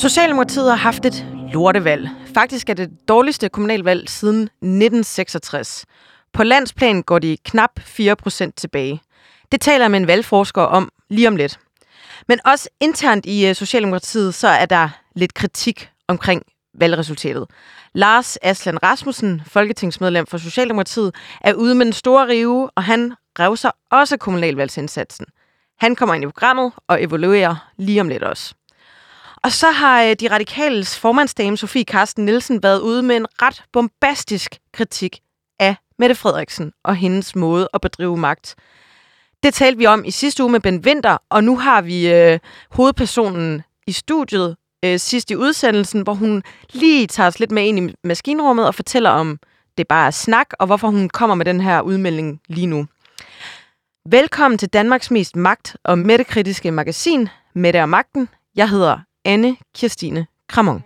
Socialdemokratiet har haft et lortevalg. Faktisk er det dårligste kommunalvalg siden 1966. På landsplan går de knap 4% tilbage. Det taler jeg med en valgforsker om lige om lidt. Men også internt i Socialdemokratiet, så er der lidt kritik omkring valgresultatet. Lars Aslan Rasmussen, folketingsmedlem for Socialdemokratiet, er ude med den store rive, og han revser også kommunalvalgsindsatsen. Han kommer ind i programmet og evaluerer lige om lidt også. Og så har de radikales formandsdame Sofie Carsten Nielsen været ude med en ret bombastisk kritik af Mette Frederiksen og hendes måde at bedrive magt. Det talte vi om i sidste uge med Ben Winther, og nu har vi hovedpersonen i studiet sidst i udsendelsen, hvor hun lige tager os lidt med ind i maskinrummet og fortæller om det bare er snak, og hvorfor hun kommer med den her udmelding lige nu. Velkommen til Danmarks mest magt- og mættekritiske magasin, Mette og Magten. Jeg hedder Anne Kirstine Kramon.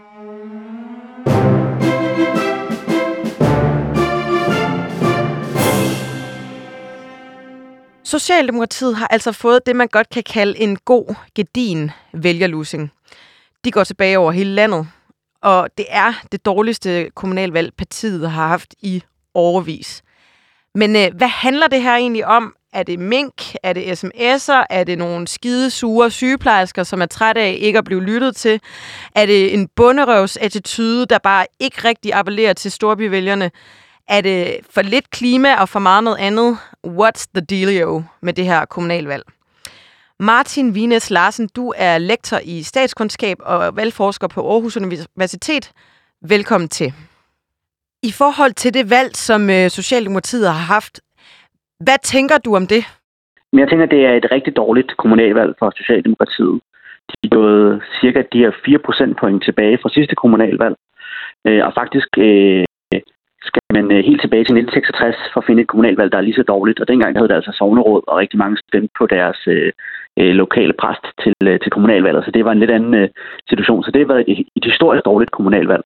Socialdemokratiet har altså fået det, man godt kan kalde en god, gedigen vælgerlusing. De går tilbage over hele landet, og det er det dårligste kommunalvalg, partiet har haft i årevis. Men hvad handler det her egentlig om? Er det mink? Er det sms'er? Er det nogle skidesure sygeplejersker, som er trætte af ikke at blive lyttet til? Er det en bunderøvsattitude, der bare ikke rigtig appellerer til storbyvælgerne? Er det for lidt klima og for meget noget andet? What's the dealio med det her kommunalvalg? Martin Wienes Larsen, du er lektor i statskundskab og valgforsker på Aarhus Universitet. Velkommen til. I forhold til det valg, som Socialdemokratiet har haft, hvad tænker du om det? Jeg tænker, det er et rigtig dårligt kommunalvalg for Socialdemokratiet. De er gået cirka de her 4 procentpoint tilbage fra sidste kommunalvalg. Og faktisk skal man helt tilbage til 1966 for at finde et kommunalvalg, der er lige så dårligt. Og dengang havde det altså sogneråd, og rigtig mange stemte på deres lokale præst til kommunalvalget. Så det var en lidt anden situation. Så det har været et historisk dårligt kommunalvalg.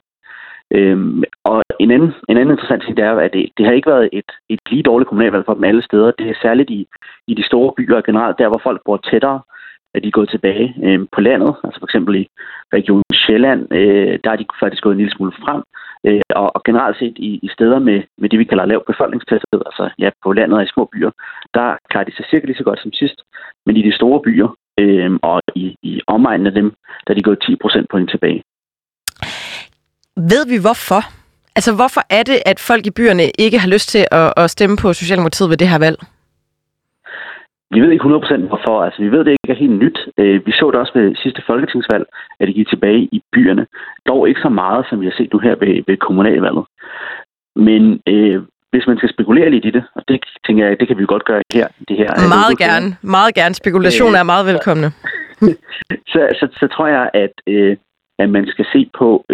Og en anden interessant ting, det er, at det har ikke været et lige dårligt kommunalvalg for dem alle steder. Det er særligt i de store byer og generelt der, hvor folk bor tættere, at de er gået tilbage på landet. Altså for eksempel i Region Sjælland, der er de faktisk gået en lille smule frem. Og generelt set i steder med det, vi kalder lav befolkningstæthed, altså ja, på landet og i små byer, der klarer de sig cirka lige så godt som sidst. Men i de store byer og i omegnen af dem, der er de gået 10 procentpoint tilbage. Ved vi hvorfor? Altså hvorfor er det, at folk i byerne ikke har lyst til at stemme på Socialdemokratiet ved det her valg? Vi ved ikke 100% hvorfor. Altså vi ved, det ikke er helt nyt. Vi så det også ved sidste folketingsvalg, at det gik tilbage i byerne. Dog ikke så meget, som vi har set nu her ved kommunalvalget. Men hvis man skal spekulere lidt i det, og det tænker jeg, det kan vi godt gøre her. Det her meget gerne. Meget gerne. Spekulation er meget velkomne. så tror jeg, at man skal se på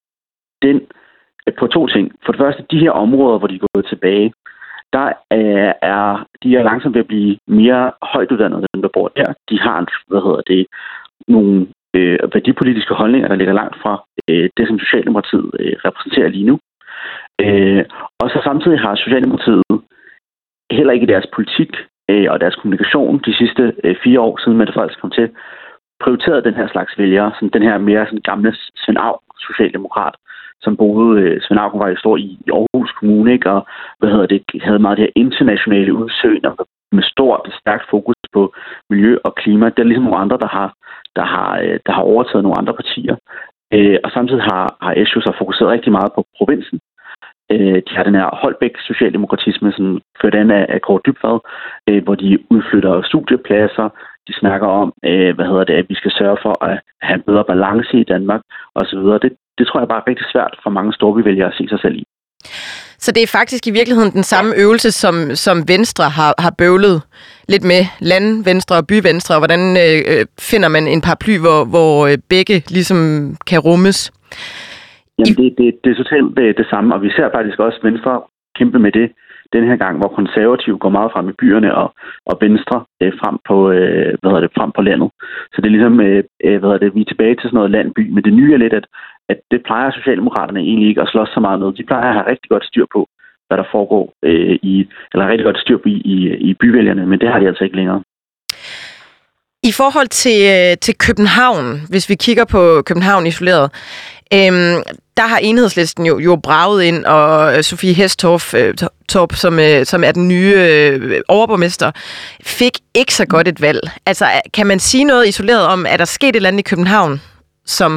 på to ting. For det første, de her områder, hvor de er gået tilbage, der er de langsomt ved at blive mere højtuddannede, dem der bor der. De har nogle værdipolitiske holdninger, der ligger langt fra det, som Socialdemokratiet repræsenterer lige nu. Og så samtidig har Socialdemokratiet heller ikke i deres politik og deres kommunikation de sidste 4 år, siden Mette Frederiksen kom til, prioriteret den her slags vælgere, sådan den her mere sådan gamle Svend Auken socialdemokrat, som boede, Svend Auken var jo stor i Aarhus Kommune, ikke? Og havde meget det her internationale udsyn med stærkt fokus på miljø og klima. Det er ligesom nogle andre, der har overtaget nogle andre partier. Og samtidig har SU så fokuseret rigtig meget på provinsen. De har den her Holbæk-socialdemokratisme, som ført an af Kåre Dybvad, hvor de udflytter studiepladser. De snakker om, at vi skal sørge for at have en bedre balance i Danmark osv. Det tror jeg bare er rigtig svært for mange storbyvælgere at se sig selv i. Så det er faktisk i virkeligheden den samme øvelse, som Venstre har bøvlet lidt med, landvenstre og byvenstre, og hvordan finder man en paraply, hvor begge ligesom kan rummes? Jamen, det er totalt det samme, og vi ser faktisk også Venstre kæmpe med det den her gang, hvor konservative går meget frem i byerne og Venstre frem på landet. Så det er ligesom, vi er tilbage til sådan noget landby, men det nye er lidt, at det plejer Socialdemokraterne egentlig ikke at slås så meget med. De plejer at have rigtig godt styr på, hvad der foregår rigtig godt styr på i byvælgerne, men det har de altså ikke længere. I forhold til København, hvis vi kigger på København isoleret, der har Enhedslisten jo braget ind, og Sofie Hæstorp, som er den nye overborgmester, fik ikke så godt et valg. Altså, kan man sige noget isoleret om, er der sket et eller andet i København, som...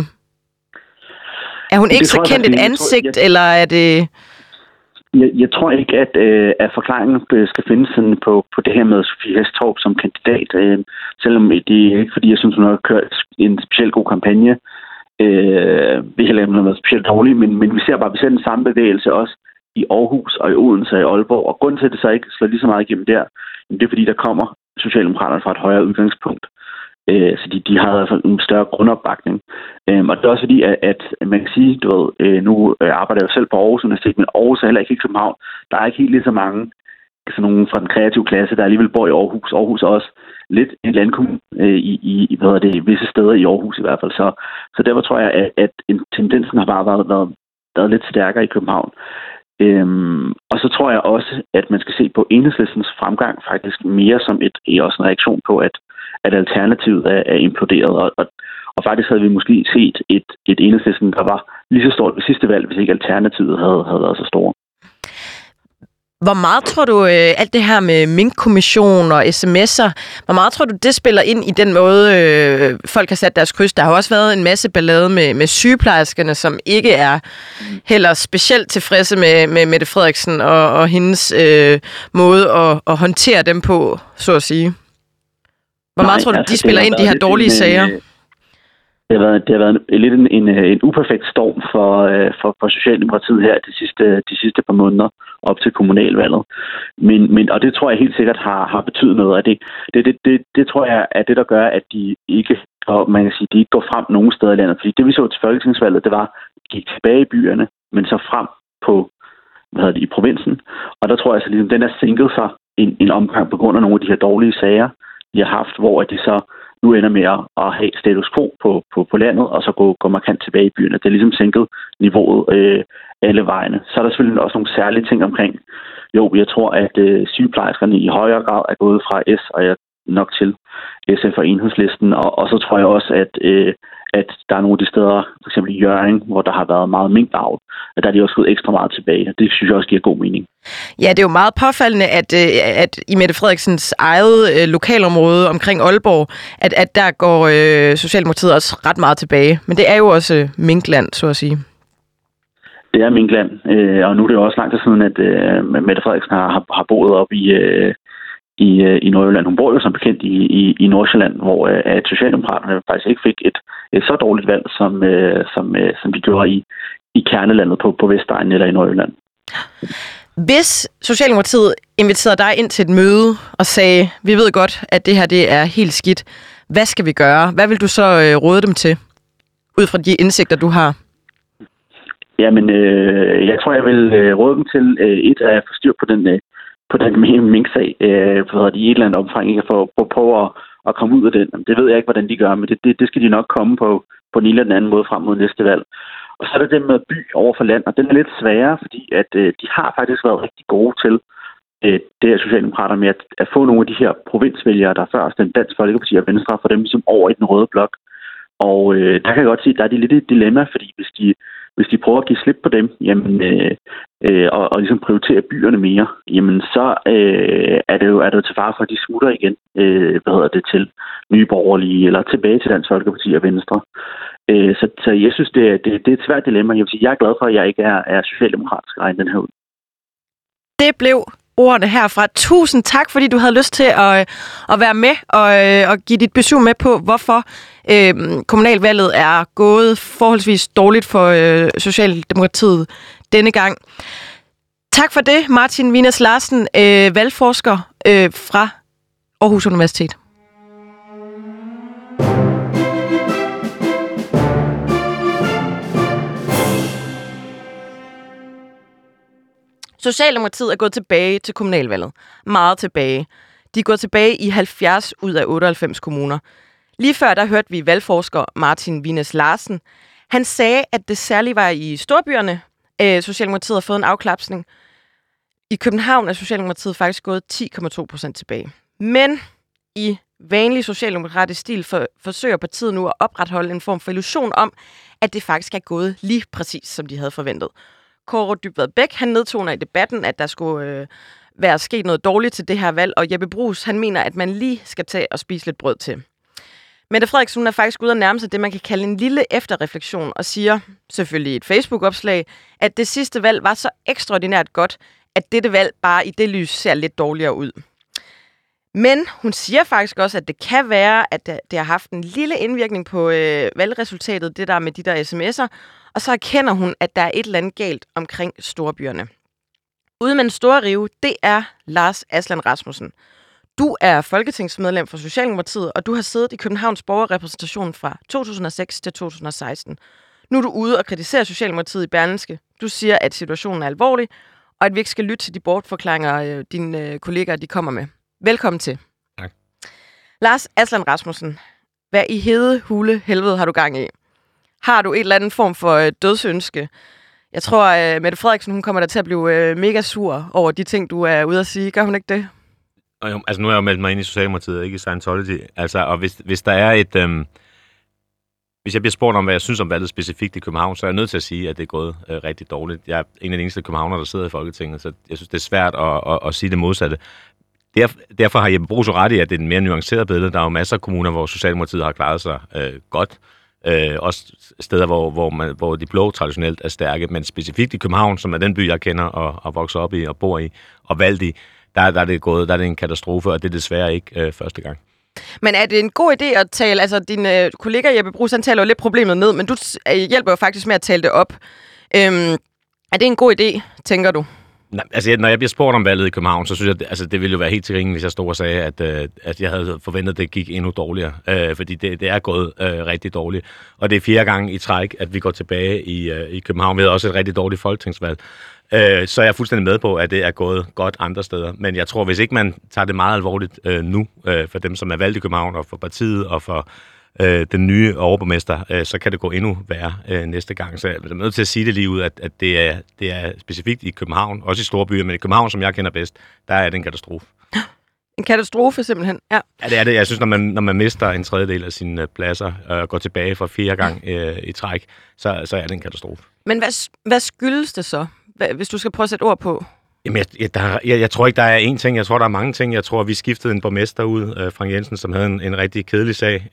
Er hun ikke så kendt et ansigt, eller er det... Jeg tror ikke, at forklaringen skal findes sådan på det her med Sofie Hæstorp som kandidat. Selvom det er ikke, fordi jeg synes, hun har kørt en specielt god kampagne. Vi heller ikke har været specielt dårlige, men vi ser den samme bevægelse også i Aarhus og i Odense og i Aalborg. Og grunden til, at det så ikke slår lige så meget igennem der, det er fordi, der kommer Socialdemokraterne fra et højere udgangspunkt. Så de har i hvert fald en større grundopbakning. Og det er også fordi, at man kan sige, nu arbejder jeg jo selv på Aarhus Universitet, men Aarhus er heller ikke i København. Der er ikke helt lige så mange sådan nogen fra den kreative klasse, der alligevel bor i Aarhus. Aarhus er også lidt en landkommune i visse steder i Aarhus i hvert fald. Så derfor tror jeg, at tendensen har bare været lidt stærkere i København. Og så tror jeg også, at man skal se på Enhedslistens fremgang faktisk mere som også en reaktion på, at alternativet er imploderet. Og faktisk havde vi måske set et Enhedslisten, der var lige så stort ved sidste valg, hvis ikke alternativet havde været så stort. Hvor meget tror du, alt det her med minkkommission og sms'er, hvor meget tror du, det spiller ind i den måde, folk har sat deres kryds? Der har også været en masse ballade med sygeplejerskerne, som ikke er heller specielt tilfredse med Mette Frederiksen og hendes måde at håndtere dem på, så at sige. Hvor meget tror du, de spiller ind i de her dårlige sager? Det har været lidt en uperfekt storm for Socialdemokratiet her de sidste par måneder op til kommunalvalget. Men og det tror jeg helt sikkert har betydet noget. Og det tror jeg er det, der gør, at de ikke, og man kan sige, de ikke går frem nogen steder i landet. Fordi det, vi så til folketingsvalget, det var, at de gik tilbage i byerne, men så frem på i provinsen. Og der tror jeg, at ligesom, den er sænket sig en omgang på grund af nogle af de her dårlige sager, de har haft, hvor de så nu ender med at have status quo på landet, og så gå markant tilbage i byerne. Det er ligesom sænket niveauet alle vejene. Så er der selvfølgelig også nogle særlige ting omkring. Jo, jeg tror, at sygeplejerskerne i højere grad er gået fra S, og jeg nok til SF og Enhedslisten. Og så tror jeg også, at der er nogle af de steder, f.eks. i Hjørring, hvor der har været meget minkavl, at der er de også gået ekstra meget tilbage. Og det synes jeg også giver god mening. Ja, det er jo meget påfaldende, at i Mette Frederiksens eget lokalområde omkring Aalborg, at der går Socialdemokratiet også ret meget tilbage. Men det er jo også minkland, så at sige. Det er minkland, og nu er det jo også lang tid siden, at Mette Frederiksen har boet op i Nordjylland. Hun bor jo som bekendt i Nordsjælland, hvor at Socialdemokraterne faktisk ikke fik et så dårligt valg, som de gjorde i kernelandet på Vestegnen eller i Nordjylland. Hvis Socialdemokratiet inviterede dig ind til et møde og sagde, vi ved godt, at det her det er helt skidt, hvad skal vi gøre? Hvad vil du så råde dem til, ud fra de indsigter, du har? Jamen, jeg tror, jeg vil råde dem til at få styr på den mink-sag, i et eller andet omfang, ikke at få prøve at komme ud af den. Det ved jeg ikke, hvordan de gør, men det skal de nok komme på den ene eller den anden måde frem mod næste valg. Og så er der det med by over for land, og den er lidt sværere, fordi at de har faktisk været rigtig gode til det her Socialdemokrater med at få nogle af de her provinsvælgere, der før stemte Dansk Folkeparti og Venstre, for dem ligesom over i den røde blok. Og der kan jeg godt sige, at der er lidt et dilemma, fordi hvis de prøver at give slip på dem, jamen, og ligesom prioritere byerne mere, jamen så er det jo til fare for, at de smutter igen, til Nye Borgerlige, eller tilbage til Dansk Folkeparti og Venstre. Så jeg synes, det er et svært dilemma. Jeg vil sige, jeg er glad for, at jeg ikke er socialdemokratisk at regne den her ud. Det blev ordene herfra. Tusind tak, fordi du havde lyst til at være med og give dit besøg med på, hvorfor kommunalvalget er gået forholdsvis dårligt for Socialdemokratiet denne gang. Tak for det, Martin Vinæs Larsen, valgforsker fra Aarhus Universitet. Socialdemokratiet er gået tilbage til kommunalvalget. Meget tilbage. De er gået tilbage i 70 ud af 98 kommuner. Lige før der hørte vi valgforsker Martin Vinæs Larsen. Han sagde, at det særligt var i storbyerne, Socialdemokratiet har fået en afklapsning. I København er Socialdemokratiet faktisk gået 10,2% tilbage. Men i vanlig socialdemokratisk stil forsøger partiet nu at opretholde en form for illusion om, at det faktisk er gået lige præcis, som de havde forventet. Kaare Dybvad Bek, han nedtoner i debatten, at der skulle være sket noget dårligt til det her valg, og Jeppe Bruus, han mener, at man lige skal tage og spise lidt brød til. Mette Frederiksen er faktisk ude at nærme sig det, man kan kalde en lille efterreflektion, og siger, selvfølgelig i et Facebook-opslag, at det sidste valg var så ekstraordinært godt, at dette valg bare i det lys ser lidt dårligere ud. Men hun siger faktisk også, at det kan være, at det har haft en lille indvirkning på valgresultatet, det der med de der sms'er, og så erkender hun, at der er et eller andet galt omkring storbyerne. Ude med en store rive, det er Lars Aslan Rasmussen. Du er folketingsmedlem for Socialdemokratiet, og du har siddet i Københavns borgerrepræsentation fra 2006 til 2016. Nu er du ude og kritisere Socialdemokratiet i Berlingske. Du siger, at situationen er alvorlig, og at vi ikke skal lytte til de bortforklaringer, dine kollegaer de kommer med. Velkommen til. Tak. Lars Aslan Rasmussen, hvad i hede hule helvede har du gang i? Har du en eller anden form for dødsønske? Jeg tror, Mette Frederiksen hun kommer der til at blive mega sur over de ting, du er ude at sige. Gør hun ikke det? Altså, nu har jeg jo meldt mig ind i Socialdemokratiet, ikke i Scientology. Altså, og hvis der er et... Hvis jeg bliver spurgt om, hvad jeg synes om valget specifikt i København, så er jeg nødt til at sige, at det er gået rigtig dårligt. Jeg er en af de eneste københavnere, der sidder i Folketinget, så jeg synes, det er svært at sige det modsatte. Derfor har Jeppe Bruus ret i, at det er en mere nuanceret billede. Der er jo masser af kommuner, hvor Socialdemokratiet har klaret sig godt. Også steder, hvor de blå traditionelt er stærke. Men specifikt i København, som er den by, jeg kender og vokser op i og bor i og valgt i, der er det en katastrofe, og det er desværre ikke første gang. Men er det en god idé at tale, altså din kollega Jeppe Bruus, han taler jo lidt problemet ned, men du hjælper jo faktisk med at tale det op. Er det en god idé, tænker du? Nej, altså, når jeg bliver spurgt om valget i København, så synes jeg, det ville jo være helt til ringen, hvis jeg stod og sagde, at jeg havde forventet, at det gik endnu dårligere. Fordi det er gået rigtig dårligt. Og det er 4. gang i træk, at vi går tilbage i København. Vi havde også et rigtig dårligt folketingsvalg. Så er jeg fuldstændig med på, at det er gået godt andre steder. Men jeg tror, hvis ikke man tager det meget alvorligt nu, for dem, som er valgt i København, og for partiet, og for den nye overborgmester, så kan det gå endnu værre næste gang. Så jeg er nødt til at sige det lige ud, at det er specifikt i København, også i store byer, men i København, som jeg kender bedst, der er det en katastrofe. En katastrofe simpelthen, ja. Ja, det er det. Jeg synes, når man mister en tredjedel af sine pladser og går tilbage for 4 gang i træk, så er det en katastrofe. Men hvad skyldes det så, hvis du skal prøve at sætte ord på? Jamen, jeg tror ikke, der er én ting. Jeg tror, der er mange ting. Jeg tror, vi skiftede en borgmester ud, Frank Jensen, som havde en rigtig kedelig sag,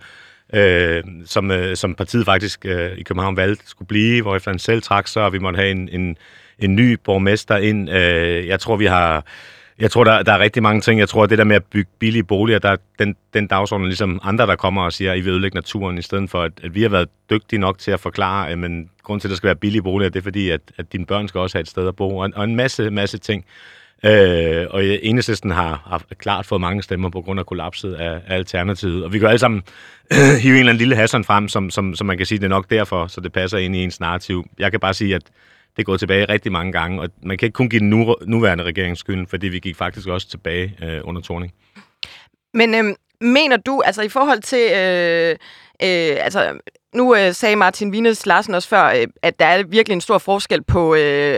som partiet faktisk i København valgte skulle blive, hvor efter han selv trak sig, og vi måtte have en ny borgmester ind. Jeg tror, der er rigtig mange ting. Jeg tror, at det der med at bygge billige boliger, der er den dagsorden, ligesom andre, der kommer og siger, at I vil ødelægge naturen, i stedet for, at vi har været dygtige nok til at forklare, men grunden til, at der skal være billige boliger, det er fordi, at dine børn skal også have et sted at bo, og en masse ting. Og Enhedslisten har klart fået mange stemmer på grund af kollapset af Alternativet. Og vi kan alle sammen hive en eller anden lille Hassan frem, som man kan sige, det er nok derfor, så det passer ind i ens narrativ. Jeg kan bare sige, at det er gået tilbage rigtig mange gange, og man kan ikke kun give den nuværende regering skylden, fordi vi gik faktisk også tilbage under Thorning. Men mener du, altså i forhold til, altså nu sagde Martin Wienes Larsen også før, at der er virkelig en stor forskel på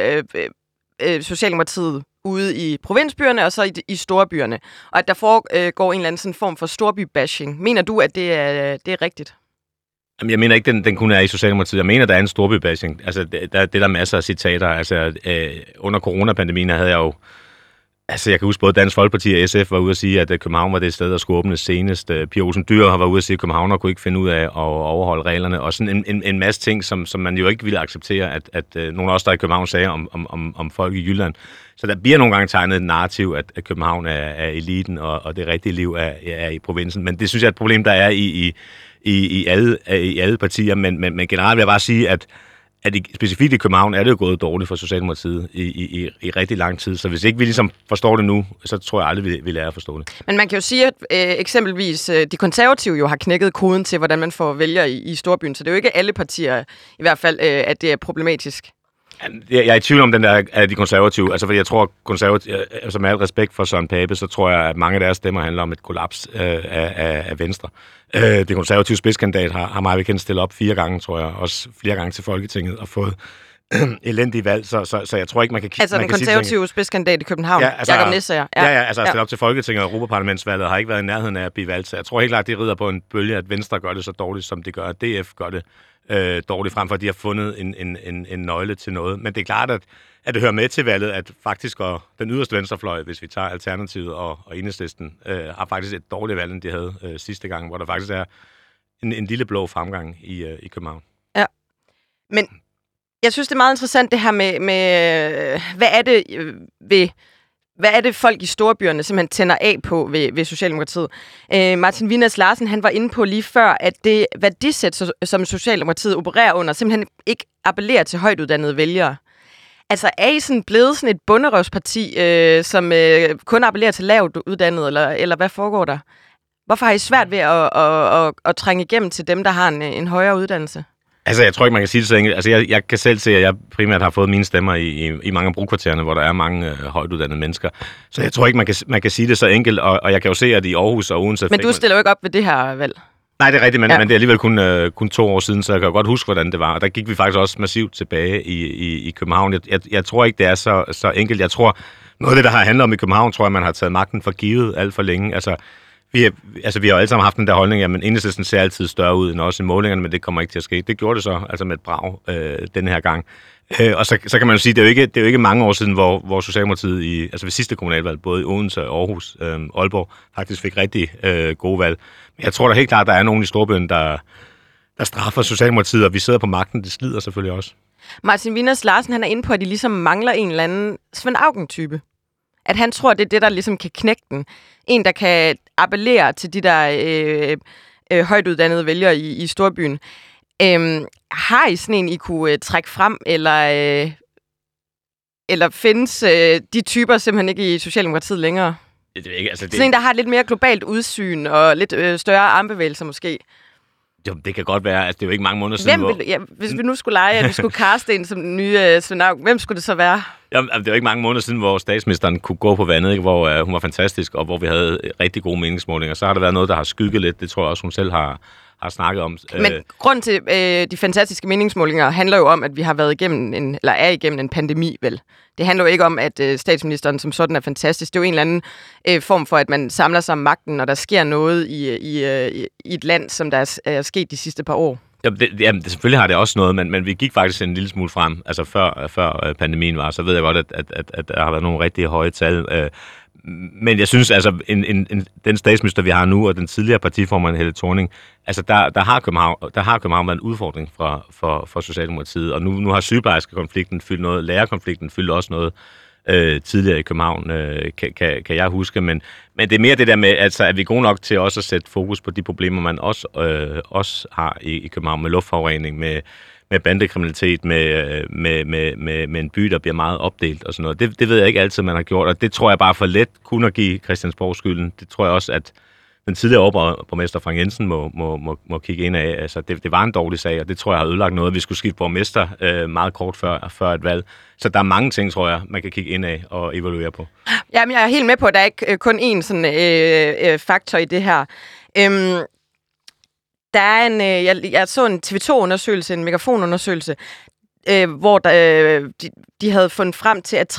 Socialdemokratiet ude i provinsbyerne og så i storbyerne, og at der foregår en eller anden sådan form for storbybashing. Mener du, at det er rigtigt? Jamen, jeg mener ikke, den kun er i Socialdemokratiet. Jeg mener, der er en storbybashing. Altså, det er der masser af citater. Altså, under coronapandemien havde jeg jo... Altså, jeg kan huske, både Dansk Folkeparti og SF var ude at sige, at København var det sted, der skulle åbnes senest. Pia Olsen Dyhr har været ude at sige, at københavner kunne ikke finde ud af at overholde reglerne. Og sådan en masse ting, som man jo ikke ville acceptere, at nogle af os, der i København, sagde om folk i Jylland. Så der bliver nogle gange tegnet et narrativ, at København er eliten, og det rigtige liv er i provinsen. Men det synes jeg er et problem, der er i alle partier. Men generelt vil jeg bare sige, at specifikt i København er det jo gået dårligt for Socialdemokratiet i rigtig lang tid. Så hvis ikke vi ligesom forstår det nu, så tror jeg aldrig, vi lærer at forstå det. Men man kan jo sige, at eksempelvis de konservative jo har knækket koden til, hvordan man får vælgere i storbyen. Så det er jo ikke alle partier, i hvert fald, at det er problematisk. Jeg er i tvivl om den der af de konservative. Altså, fordi jeg tror, konservative, altså med al respekt for Søren Pape, så tror jeg, at mange af deres stemmer handler om et kollaps af Venstre. Det konservative spidskandidat har meget bekendt stillet op 4 gange, tror jeg, også flere gange til Folketinget, og fået elendige valg, så jeg tror ikke, man kan kigge... Altså den konservative spidskandidat i København, Jakob Nissager. Altså stillet op til Folketinget og Europaparlamentsvalget har ikke været i nærheden af at blive valgt, så jeg tror helt klart, de rider på en bølge, at Venstre gør det så dårligt, som det gør, at DF gør det dårligt, frem for at de har fundet en nøgle til noget. Men det er klart, at det hører med til valget, at faktisk den yderste venstrefløj, hvis vi tager Alternativet og Enhedslisten, har faktisk et dårligt valg, end de havde sidste gang, hvor der faktisk er en lille blå fremgang i København. Ja, men jeg synes, det er meget interessant det her med hvad er det folk i storbyerne simpelthen tænder af på ved Socialdemokratiet? Martin Vinæs Larsen, han var inde på lige før, at det værdisæt, som Socialdemokratiet opererer under, simpelthen ikke appellerer til højtuddannede vælgere. Altså, er I sådan blevet sådan et bunderøvsparti, som kun appellerer til lavt uddannede, eller hvad foregår der? Hvorfor har I svært ved at trænge igennem til dem, der har en højere uddannelse? Altså, jeg tror ikke, man kan sige det så enkelt. Altså, jeg kan selv se, at jeg primært har fået mine stemmer i mange af brokvartererne, hvor der er mange højtuddannede mennesker. Så jeg tror ikke, man kan sige det så enkelt, og jeg kan jo se, at i Aarhus og Odense... Men du stiller jo ikke op ved det her valg. Nej, det er rigtigt, men det er alligevel kun 2 år siden, så jeg kan godt huske, hvordan det var. Og der gik vi faktisk også massivt tilbage i København. Jeg tror ikke, det er så enkelt. Jeg tror, noget af det, der har handlet om i København, tror jeg, man har taget magten for givet alt for længe. Altså, vi har jo alle sammen haft den der holdning, at Enhedslisten ser altid større ud end også i målingerne, men det kommer ikke til at ske. Det gjorde det så, altså med et brag den her gang. Og så kan man jo sige, det er jo ikke mange år siden, hvor Socialdemokratiet ved sidste kommunalvalg, både i Odense og Aarhus, Aalborg, faktisk fik rigtig gode valg. Men jeg tror da helt klart, der er nogen i storbyen, der straffer Socialdemokratiet, og vi sidder på magten. Det slider selvfølgelig også. Martin Vinæs Larsen, han er inde på, at de ligesom mangler en eller anden Svend Auken-type. At han tror, det er det, der ligesom kan knække den. En, der kan appellere til de der højtuddannede vælgere i storbyen. Har I sådan en, I kunne trække frem, eller findes de typer simpelthen ikke i Socialdemokratiet længere? Det er ikke, altså det... Sådan en, der har et lidt mere globalt udsyn og lidt større armbevægelser måske. Jo, det kan godt være. Altså, det er jo ikke mange måneder siden, hvis vi nu skulle lege, at vi skulle kaste en som den nye Svend Auken, hvem skulle det så være? Jamen, det er jo ikke mange måneder siden, hvor statsministeren kunne gå på vandet, ikke? Hvor hun var fantastisk, og hvor vi havde rigtig gode meningsmålinger. Så har der været noget, der har skygget lidt. Det tror jeg også, hun selv har snakket om. Men grund til de fantastiske meningsmålinger handler jo om, at vi har været igennem igennem en pandemi, vel? Det handler jo ikke om, at statsministeren som sådan er fantastisk. Det er jo en eller anden form for, at man samler sig om magten, når der sker noget i et land, som der er sket de sidste par år. Jamen, selvfølgelig har det også noget, men vi gik faktisk en lille smule frem, altså før pandemien var, så ved jeg godt, at der har været nogle rigtig høje tal. Men jeg synes, altså, den statsminister, vi har nu, og den tidligere partiformand Helle Thorning, altså, der har København været en udfordring for Socialdemokratiet, og nu har sygeplejerskekonflikten fyldt noget, lærerkonflikten fyldt også noget tidligere i København, kan jeg huske, men det er mere det der med, altså, at vi er gode nok til også at sætte fokus på de problemer, man også har i København, med luftforurening, med bandekriminalitet, med en by, der bliver meget opdelt og sådan noget. Det ved jeg ikke altid, man har gjort, og det tror jeg bare for let kun at give Christiansborg skylden. Det tror jeg også, at den tidligere overborgmester Frank Jensen må kigge ind af. Altså, det var en dårlig sag, og det tror jeg har ødelagt noget. Vi skulle skifte borgmester meget kort før et valg. Så der er mange ting, tror jeg, man kan kigge ind af og evaluere på. Jamen, jeg er helt med på, at der er ikke kun én sådan, faktor i det her. Der er jeg så en TV2-undersøgelse, en megafonundersøgelse, hvor de havde fundet frem til, at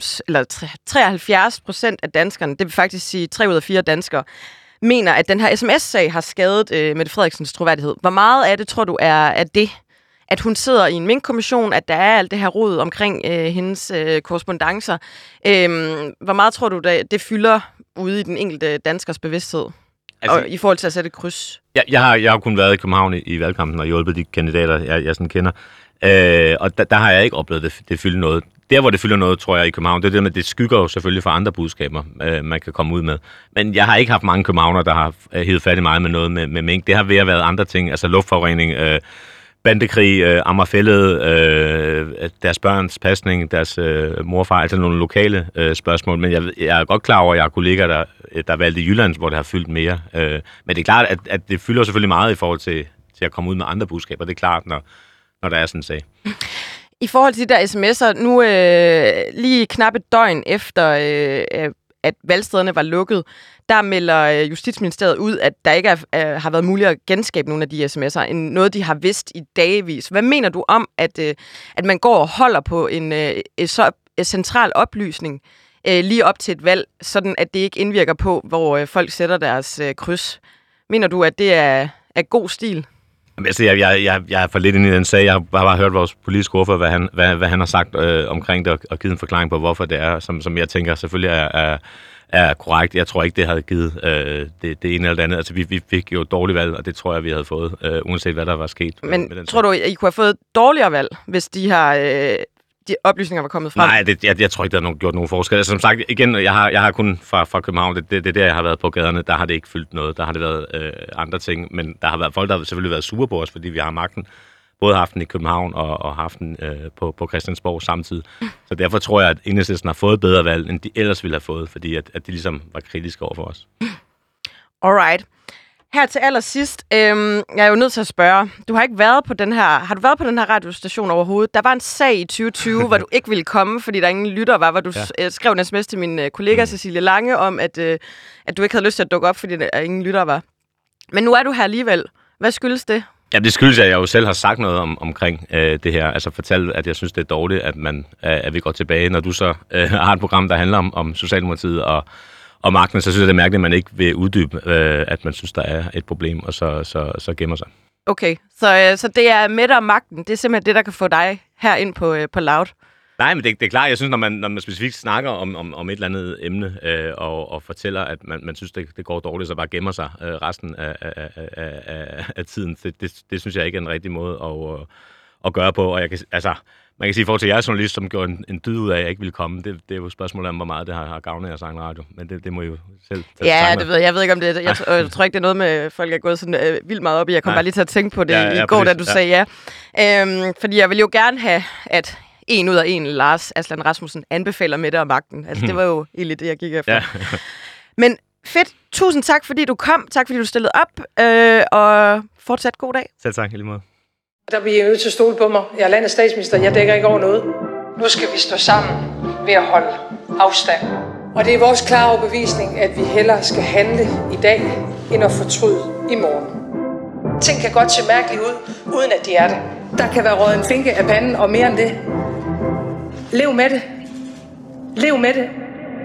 73% af danskerne, det vil faktisk sige 3 ud af 4 danskere, mener, at den her sms-sag har skadet Mette Frederiksens troværdighed. Hvor meget af det, tror du, er det? At hun sidder i en minkkommission, at der er alt det her rod omkring hendes korrespondancer. Hvor meget tror du, det fylder ude i den enkelte danskers bevidsthed? Altså, og i forhold til at sætte kryds? Jeg har kun været i København i valgkampen og hjulpet de kandidater, jeg sådan kender. Og der har jeg ikke oplevet, det fylder noget. Der, hvor det fylder noget, tror jeg, i København, det er det med, det skygger jo selvfølgelig for andre budskaber, man kan komme ud med. Men jeg har ikke haft mange københavner, der har hævet fat i mig med noget med mink. Det har ved at være andre ting, altså luftforurening, bandekrig, Amagerfælled, deres børns pasning, deres morfar, altså nogle lokale spørgsmål. Men jeg er godt klar over, at jeg har kolleger, der valgte i Jylland, hvor det har fyldt mere. Men det er klart, at det fylder selvfølgelig meget i forhold til at komme ud med andre budskaber. Det er klart, når der er sådan en sag. I forhold til de der sms'er, nu lige knap et døgn efter, at valgstederne var lukket, der melder Justitsministeriet ud, at der ikke har været muligt at genskabe nogle af de sms'er, noget de har vidst i dagevis. Hvad mener du om, at man går og holder på en så central oplysning lige op til et valg, sådan at det ikke indvirker på, hvor folk sætter deres kryds? Mener du, at det er god stil? Altså, jeg er for lidt inde i den sag. Jeg har bare hørt vores politiske ordfører, hvad han har sagt omkring det, og givet en forklaring på, hvorfor det er, som jeg tænker selvfølgelig er korrekt. Jeg tror ikke, det havde givet det ene eller det andet. Altså, vi fik jo et dårligt valg, og det tror jeg, vi havde fået, uanset hvad der var sket. Men med den tror du, I kunne have fået et dårligere valg, hvis de de oplysninger var kommet frem? Nej, jeg tror ikke, der har gjort nogen forskel. Altså, som sagt, igen, jeg har kun fra København, det er der, jeg har været på gaderne, der har det ikke fyldt noget. Der har det været andre ting, men der har været folk, der har selvfølgelig været sure på os, fordi vi har magten. Både haft den i København og haft den på Christiansborg samtidig. Så derfor tror jeg, at Enhedslisten har fået bedre valg, end de ellers ville have fået, fordi at de ligesom var kritiske over for os. Alright. Her til allersidst, jeg er jo nødt til at spørge, har du været på den her radiostation overhovedet? Der var en sag i 2020, hvor du ikke ville komme, fordi der ingen lytter var, hvor du skrev en sms til min kollega Cecilie Lange om, at du ikke havde lyst til at dukke op, fordi der ingen lytter var. Men nu er du her alligevel. Hvad skyldes det? Ja, det skyldes, at jeg jo selv har sagt noget omkring det her. Altså fortalt, at jeg synes, det er dårligt, at vi går tilbage. Når du så har et program, der handler om Socialdemokratiet og magten, så synes jeg, det er mærkeligt, at man ikke vil uddybe, at man synes, der er et problem, og så gemmer sig. Okay, så det er Mette og magten. Det er simpelthen det, der kan få dig her ind på Loud. Nej, men det er klart. Jeg synes, når man specifikt snakker om et eller andet emne, og fortæller, at man synes, det går dårligt, så bare gemmer sig resten af tiden. Det synes jeg ikke er en rigtig måde at gøre på. Og man kan sige, i forhold til jer journalist, som gjorde en dyd ud af, at jeg ikke ville komme, det er jo spørgsmålet om, hvor meget det har gavnet jeres egen radio. Men det må I jo selv tage. Ja, det ved jeg. Jeg ved ikke om det. Jeg tror ikke, det er noget med, folk er gået sådan vildt meget op i. Jeg kom bare lige til at tænke på det i går, da du sagde ja. Fordi jeg vil jo gerne have, at 1 ud af 1, Lars Aslan Rasmussen, anbefaler Mette og magten. Altså, det var jo egentlig det, jeg gik efter. Ja. Men fedt. Tusind tak, fordi du kom. Tak, fordi du stillede op. Og fortsat god dag. Selv tak, i lige måde. Der bliver I nødt til at stole på mig. Jeg er landets statsminister. Jeg dækker ikke over noget. Nu skal vi stå sammen ved at holde afstand. Og det er vores klare overbevisning, at vi hellere skal handle i dag, end at fortryde i morgen. Ting kan godt se mærkeligt ud, uden at de er det. Der kan være røget en finke af panden, og mere end det. Lev med det. Lev med det.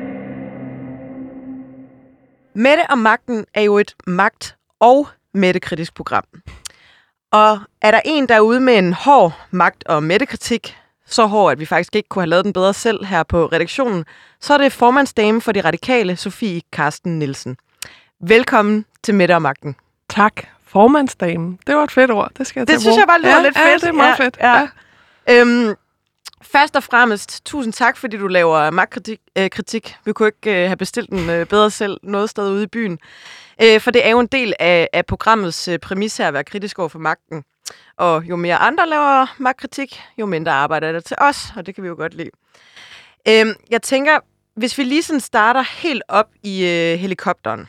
Mette og magten er jo et magt- og Mette-kritisk program. Og er der en derude med en hård magt- og Mette-kritik, så hård, at vi faktisk ikke kunne have lavet den bedre selv her på redaktionen, så er det formandsdame for De Radikale, Sofie Carsten Nielsen. Velkommen til Mette og magten. Tak. Formandsdame. Det var et fedt ord. Det skal jeg til Det synes jeg bare lyder lidt fedt. Ja, det er meget fedt. Ja. Først og fremmest, tusind tak, fordi du laver magtkritik. Vi kunne ikke have bestilt den bedre selv noget sted ude i byen. For det er jo en del af programmets præmis her at være kritisk over for magten. Og jo mere andre laver magtkritik, jo mindre arbejder er der til os, og det kan vi jo godt lide. Jeg tænker, hvis vi lige sådan starter helt op i helikopteren.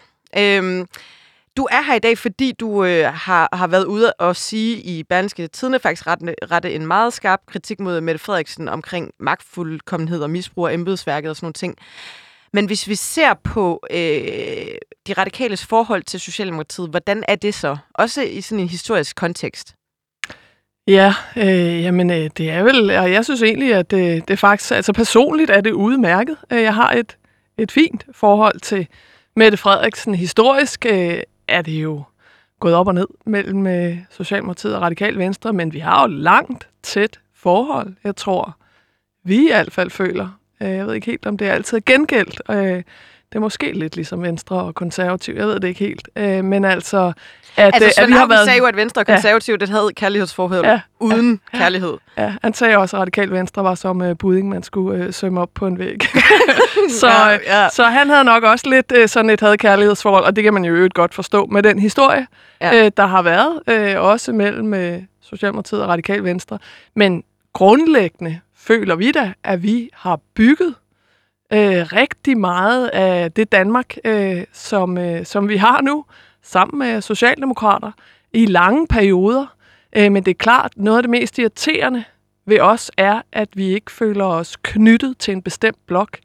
Du er her i dag, fordi du har været ude og sige i Berlingske Tidende faktisk rette en meget skarp kritik mod Mette Frederiksen omkring magtfuldkommenhed og misbrug af embedsværket og sådan nogle ting. Men hvis vi ser på de radikales forhold til Socialdemokratiet, hvordan er det så? Også i sådan en historisk kontekst. Ja, det er vel, og jeg synes egentlig, at det faktisk, altså personligt er det udmærket. Jeg har et fint forhold til Mette Frederiksen. Historisk er det jo gået op og ned mellem Socialdemokratiet og Radikale Venstre, men vi har jo langt tæt forhold. Jeg tror, vi i hvert fald føler. Jeg ved ikke helt, om det er altid gengældt. Det er måske lidt ligesom Venstre og Konservativ. Jeg ved det ikke helt. Men altså... At vi har været... sagde jo, at Venstre og Konservativ det havde kærlighedsforhold uden kærlighed. Ja, han sagde også, at Radikale Venstre var som budding, man skulle sømme op på en væg. Så han havde nok også lidt sådan et had-kærlighedsforhold, og det kan man jo øvrigt godt forstå med den historie, der har været, også mellem Socialdemokratiet og Radikale Venstre. Men grundlæggende føler vi da, at vi har bygget rigtig meget af det Danmark, som vi har nu, sammen med socialdemokrater, i lange perioder. Men det er klart, noget af det mest irriterende ved os er, at vi ikke føler os knyttet til en bestemt blok.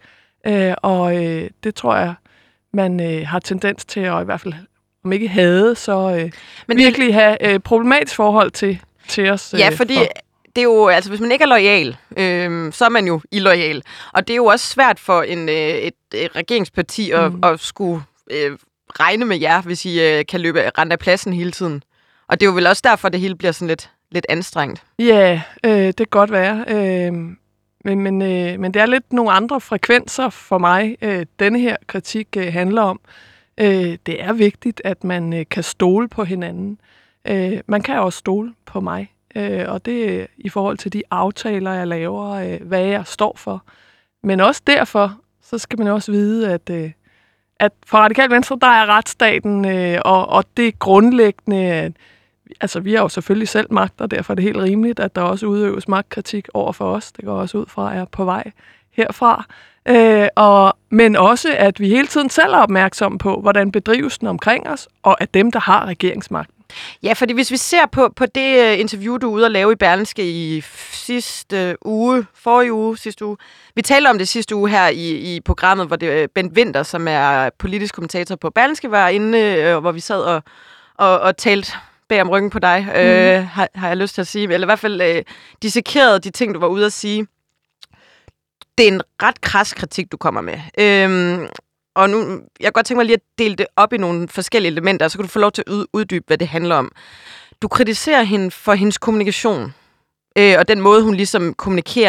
Det tror jeg, man har tendens til at i hvert fald, om ikke havde, så virkelig have problematisk forhold til os. Ja, fordi det er jo, altså hvis man ikke er loyal, så er man jo illoyal. Og det er jo også svært for et regeringsparti at skulle regne med jer, hvis I kan rende af pladsen hele tiden. Og det er jo vel også derfor, det hele bliver sådan lidt anstrengt. Ja, det kan godt være. Men det er lidt nogle andre frekvenser for mig, denne her kritik handler om. Det er vigtigt, at man kan stole på hinanden. Man kan også stole på mig. Og det er i forhold til de aftaler, jeg laver, hvad jeg står for. Men også derfor, så skal man også vide, at for Radikale Venstre, der er retsstaten, og det grundlæggende. Altså, vi har jo selvfølgelig selv magt, og derfor er det helt rimeligt, at der også udøves magtkritik over for os. Det går også ud fra, at jeg er på vej herfra. Men også, at vi hele tiden selv er opmærksomme på, hvordan bedrives den omkring os, og at dem, der har regeringsmagten. Ja, fordi hvis vi ser på det interview, du er ude at lave i Berlingske i forrige uge, sidste uge. Vi talte om det sidste uge her i programmet, hvor det Bent Winther, som er politisk kommentator på Berlingske, var inde, hvor vi sad og talte bag om ryggen på dig, har jeg lyst til at sige. Eller i hvert fald dissekerede de ting, du var ude at sige. Det er en ret kras kritik, du kommer med. Og nu, jeg kan godt tænke mig lige at dele det op i nogle forskellige elementer, og så kan du få lov til at uddybe, hvad det handler om. Du kritiserer hende for hendes kommunikation, og den måde, hun ligesom kommunikerer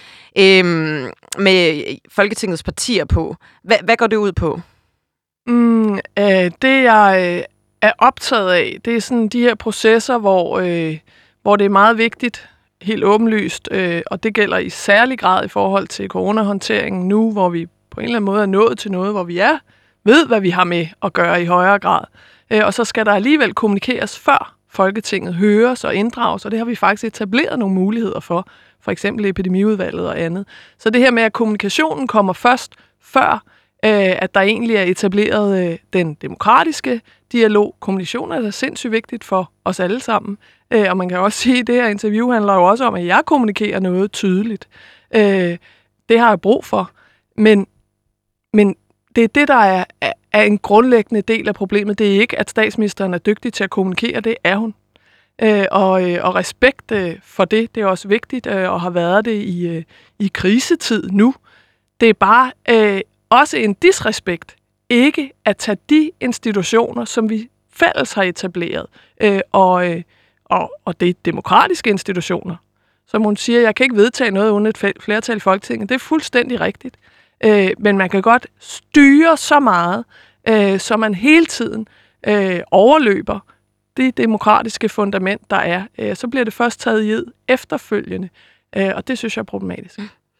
med Folketingets partier på. Hvad går det ud på? Det, jeg er optaget af, det er sådan de her processer, hvor det er meget vigtigt, helt åbenlyst, og det gælder i særlig grad i forhold til coronahåndteringen nu, hvor vi på en eller anden måde er nået til noget, hvor vi ved, hvad vi har med at gøre i højere grad. Og så skal der alligevel kommunikeres, før Folketinget høres og inddrages, og det har vi faktisk etableret nogle muligheder for eksempel epidemiudvalget og andet. Så det her med, at kommunikationen kommer først, før at der egentlig er etableret den demokratiske dialog. Kommunikation er sindssygt vigtigt for os alle sammen. Og man kan også sige, at det her interview handler jo også om, at jeg kommunikerer noget tydeligt. Det har jeg brug for. Men det er det, der er en grundlæggende del af problemet. Det er ikke, at statsministeren er dygtig til at kommunikere. Det er hun. Og respekt for det er også vigtigt, og har været det i krisetid nu. Det er bare også en disrespekt ikke at tage de institutioner, som vi fælles har etableret, og det er demokratiske institutioner. Som hun siger, jeg kan ikke vedtage noget uden et flertal i Folketinget. Det er fuldstændig rigtigt. Men man kan godt styre så meget, så man hele tiden overløber det demokratiske fundament, der er. Så bliver det først taget i ed efterfølgende, og det synes jeg er problematisk.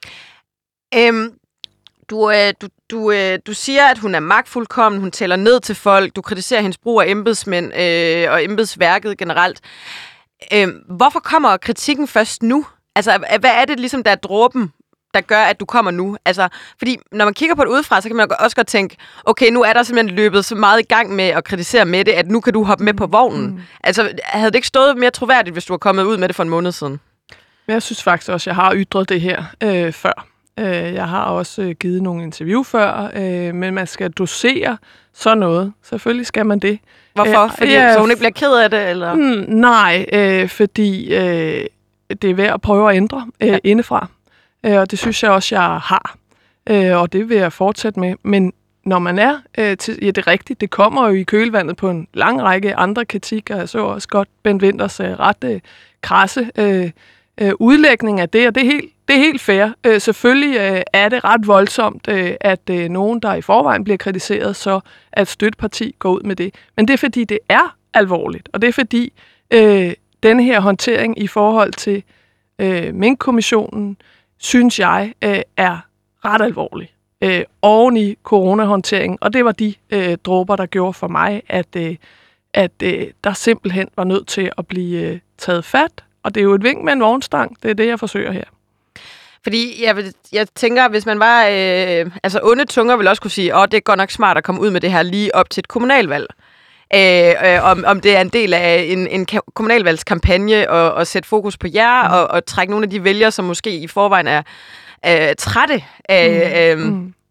Du siger, at hun er magtfuldkommen, hun tæller ned til folk, du kritiserer hendes brug af embedsmænd og embedsværket generelt. Hvorfor kommer kritikken først nu? Altså, hvad er det ligesom, der er dråben, der gør, at du kommer nu? Altså, fordi når man kigger på det udefra, så kan man også godt tænke, okay, nu er der simpelthen løbet så meget i gang med at kritisere med det, at nu kan du hoppe med på vognen. Altså, havde det ikke stået mere troværdigt, hvis du var kommet ud med det for en måned siden? Men jeg synes faktisk også, at jeg har ytret det her før. Jeg har også givet nogle interview før, men man skal dosere sådan noget. Selvfølgelig skal man det. Hvorfor? Fordi så hun ikke bliver ked af det? Eller? Nej, fordi det er værd at prøve at ændre indefra. Og det synes jeg også, jeg har. Og det vil jeg fortsætte med. Men når man er det er rigtigt, det kommer jo i kølvandet på en lang række andre kritikker. Jeg så også godt Bent Winthers ret krasse udlægning af det, og det er helt fair. Selvfølgelig er det ret voldsomt, at nogen, der i forvejen bliver kritiseret, så at støtteparti går ud med det. Men det er, fordi det er alvorligt, og det er, fordi denne her håndtering i forhold til Minkkommissionen, synes jeg, er ret alvorlig. Oven i coronahåndteringen, og det var de dråber, der gjorde for mig, at der simpelthen var nødt til at blive taget fat. Og det er jo et vink med en vognstang. Det er det, jeg forsøger her. Fordi jeg tænker, hvis man var... onde tunger vil også kunne sige, det er godt nok smart at komme ud med det her lige op til et kommunalvalg. Om det er en del af en kommunalvalgskampagne og sætte fokus på jer og trække nogle af de vælgere, som måske i forvejen er trætte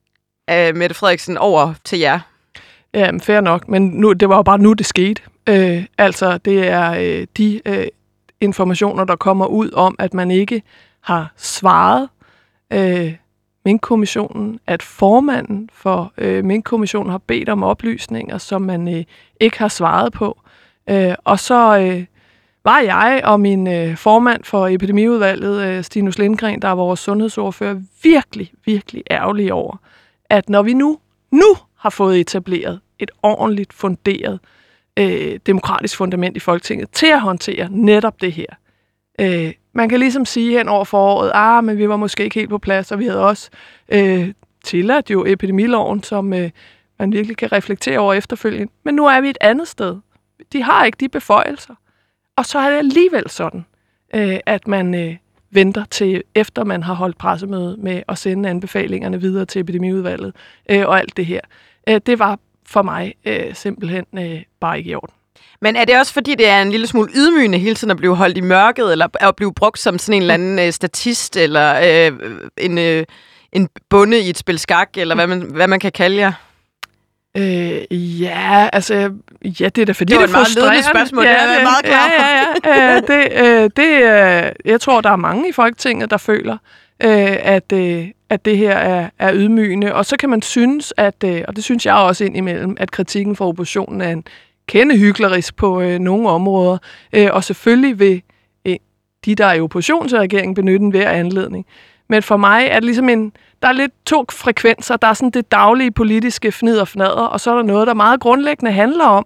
af Mette Frederiksen over til jer. Ja, fair nok, men det var jo bare nu, det skete. Altså, det er de informationer, der kommer ud om, at man ikke har svaret Minkkommissionen, at formanden for Minkkommissionen har bedt om oplysninger, som man ikke har svaret på. Og så var jeg og min formand for epidemiudvalget, Stinus Lindgren, der er vores sundhedsordfører, virkelig, virkelig ærgerlige over, at når vi nu har fået etableret et ordentligt funderet demokratisk fundament i Folketinget til at håndtere netop det her. Man kan ligesom sige hen over foråret, men vi var måske ikke helt på plads, og vi havde også tilladt jo epidemiloven, som man virkelig kan reflektere over efterfølgende. Men nu er vi et andet sted. De har ikke de beføjelser. Og så er det alligevel sådan, at man venter til, efter man har holdt pressemøde med at sende anbefalingerne videre til epidemiudvalget og alt det her. Det var for mig simpelthen bare ikke i orden. Men er det også, fordi det er en lille smule ydmygende hele tiden at blive holdt i mørket, eller at blive brugt som sådan en eller anden statist, eller en bonde i et spil skak, eller hvad man kan kalde jer? Ja, det er da fordi, det er frustrerende. Det spørgsmål, ja, det er meget klar. Jeg tror, der er mange i Folketinget, der føler, at det her er ydmygende. Og så kan man synes, og det synes jeg også indimellem, at kritikken fra oppositionen er en kende hyklerisk på nogle områder. Og selvfølgelig vil de, der er i opposition til regeringen, benytte en hver anledning. Men for mig er det ligesom der er lidt to frekvenser. Der er sådan det daglige politiske fnid og fnader, og så er der noget, der meget grundlæggende handler om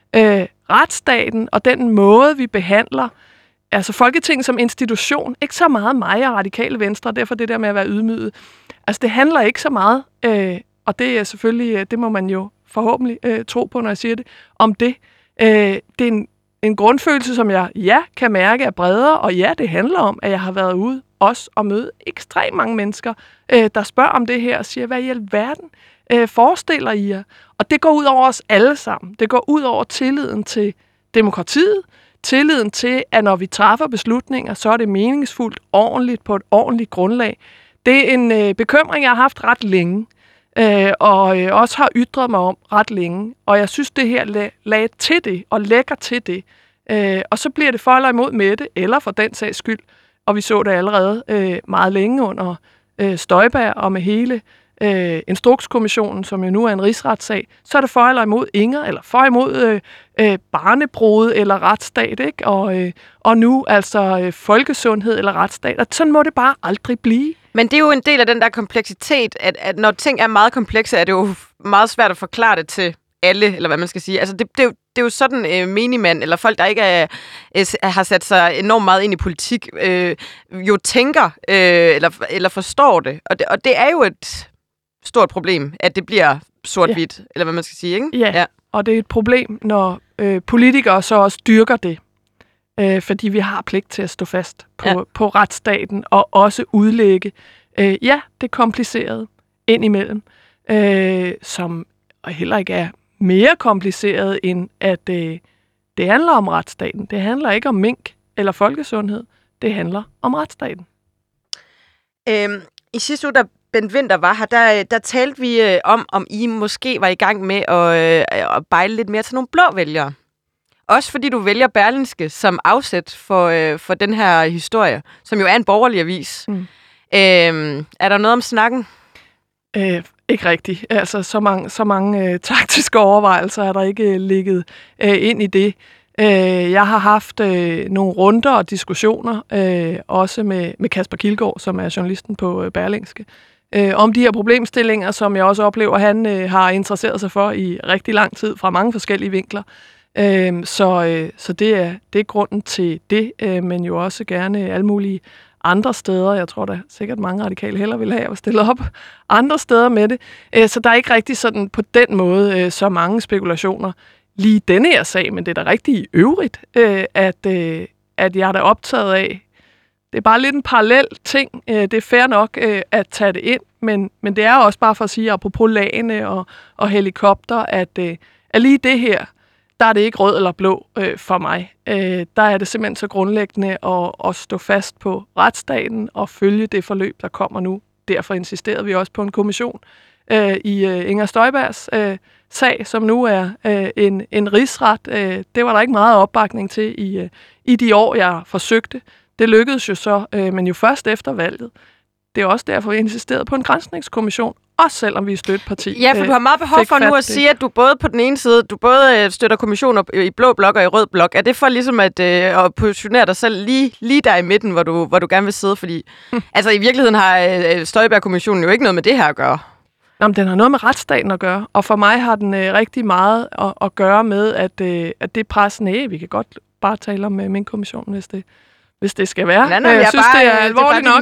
retsstaten og den måde, vi behandler altså Folketinget som institution. Ikke så meget mig og Radikale Venstre, derfor det der med at være ydmyget. Altså det handler ikke så meget, og det er selvfølgelig, det må man jo forhåbentlig tro på, når jeg siger det, om det. Det er en grundfølelse, som jeg kan mærke er bredere, og ja, det handler om, at jeg har været ude også og møde ekstremt mange mennesker, der spørger om det her og siger, hvad i alverden forestiller I jer? Og det går ud over os alle sammen. Det går ud over tilliden til demokratiet, tilliden til, at når vi træffer beslutninger, så er det meningsfuldt, ordentligt, på et ordentligt grundlag. Det er en bekymring, jeg har haft ret længe, og også har ytret mig om ret længe. Og jeg synes, det her lagde til det, og lægger til det. Og så bliver det for eller imod med det, eller for den sags skyld. Og vi så det allerede meget længe under Støjberg og med hele Instrukskommissionen, som jo nu er en rigsretssag, så er det for eller imod Inger, eller for imod barnebrud eller retsstat, ikke? Og nu altså folkesundhed eller retsstat. Og sådan må det bare aldrig blive. Men det er jo en del af den der kompleksitet, at når ting er meget komplekse, er det jo meget svært at forklare det til alle, eller hvad man skal sige. Altså det er jo sådan menigmand, eller folk, der ikke har sat sig enormt meget ind i politik, jo tænker, eller forstår det. Og det er jo et stort problem, at det bliver sort-hvidt, eller hvad man skal sige, ikke? Ja, og det er et problem, når politikere så også dyrker det. Fordi vi har pligt til at stå fast på retsstaten, og også udlægge, det er kompliceret indimellem, som heller ikke er mere kompliceret, end at det handler om retsstaten. Det handler ikke om mink eller folkesundhed. Det handler om retsstaten. I sidste uge, da Bent Winther var her, der talte vi om I måske var i gang med at bejle lidt mere til nogle blå vælgere. Også fordi du vælger Berlingske som afsæt for den her historie, som jo er en borgerlig avis. Er der noget om snakken? Ikke rigtigt. Altså, så mange taktiske overvejelser er der ikke ligget ind i det. Jeg har haft nogle runder og diskussioner, også med Kasper Kilgaard, som er journalisten på Berlingske, om de her problemstillinger, som jeg også oplever, han har interesseret sig for i rigtig lang tid fra mange forskellige vinkler. Så det er grunden til det, men jo også gerne alle mulige andre steder. Jeg tror da sikkert mange radikale heller vil have at stille op andre steder med det. Så der er ikke rigtig sådan på den måde så mange spekulationer lige denne her sag, men det er da rigtig øvrigt, at jeg er da optaget af. Det er bare lidt en parallel ting. Det er fair nok at tage det ind, men det er også bare for at sige, apropos lagene og helikopter, at lige det her, der er det ikke rød eller blå for mig. Der er det simpelthen så grundlæggende at stå fast på retsstaten og følge det forløb, der kommer nu. Derfor insisterede vi også på en kommission, i Inger Støjbergs sag, som nu er en rigsret. Det var der ikke meget opbakning til i de år, jeg forsøgte. Det lykkedes jo så, men jo først efter valget. Det er også derfor, jeg insisterede på en granskningskommission, også selvom vi er støtteparti. Ja, for du har meget behov for nu at sige, at du både på den ene side, du både støtter kommissioner i blå blok og i rød blok. Er det for ligesom at positionere dig selv lige der i midten, hvor du gerne vil sidde? Fordi altså i virkeligheden har Støjberg-kommissionen jo ikke noget med det her at gøre. Nå, men den har noget med retsstaten at gøre, og for mig har den rigtig meget at gøre med, at det pres, vi kan godt bare tale om min kommission, hvis det skal være. Jeg synes, det er alvorligt nok.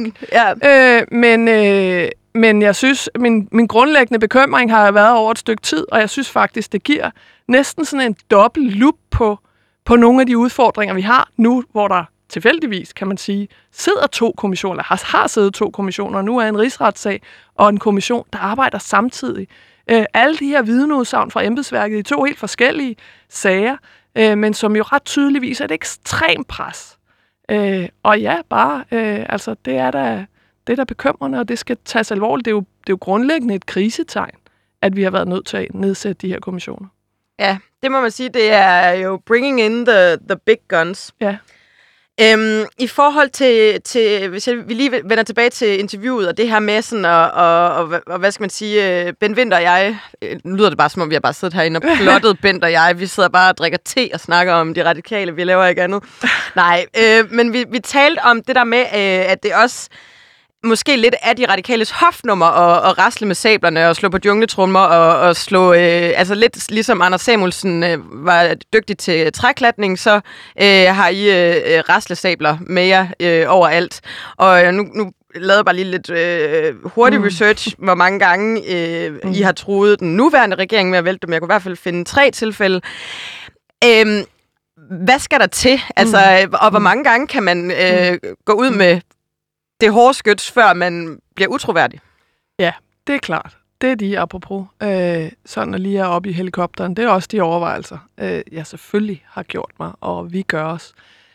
Ja. Men jeg synes, min grundlæggende bekymring har været over et stykke tid, og jeg synes faktisk, det giver næsten sådan en dobbelt lup på nogle af de udfordringer, vi har nu, hvor der tilfældigvis, kan man sige, sidder 2 kommissioner, har siddet 2 kommissioner, og nu er en rigsretssag og en kommission, der arbejder samtidig. Alle de her vidneudsagn fra embedsværket i 2 helt forskellige sager, men som jo ret tydeligt viser et ekstremt pres. Og ja, altså det er da bekymrende, og det skal tages alvorligt. Det er jo grundlæggende et krisetegn, at vi har været nødt til at nedsætte de her kommissioner. Ja, det må man sige, det er jo bringing in the big guns. Ja. I forhold til hvis vi lige vender tilbage til interviewet, og det her med sådan, og hvad skal man sige, Ben Winther og jeg, nu lyder det bare som om, vi har bare siddet herinde og plottet Bent og jeg, vi sidder bare og drikker te og snakker om de radikale, vi laver ikke andet. Nej, men vi talte om det der med, at det også måske lidt af de radikales hofnummer og rasle med sablerne og slå på jungletrummer og slå, altså lidt ligesom Anders Samuelsen var dygtig til træklatning, så har I raslesabler med jer overalt. Og nu lavede jeg bare lige lidt hurtig research, hvor mange gange I har truet den nuværende regering med at vælte dem. Jeg kunne i hvert fald finde 3 tilfælde. Hvad skal der til? Altså, og hvor mange gange kan man gå ud med det hårde skyts, før man bliver utroværdig? Ja, det er klart. Det er de, apropos sådan at lige er oppe i helikopteren. Det er også de overvejelser, jeg selvfølgelig har gjort mig, og vi gør os.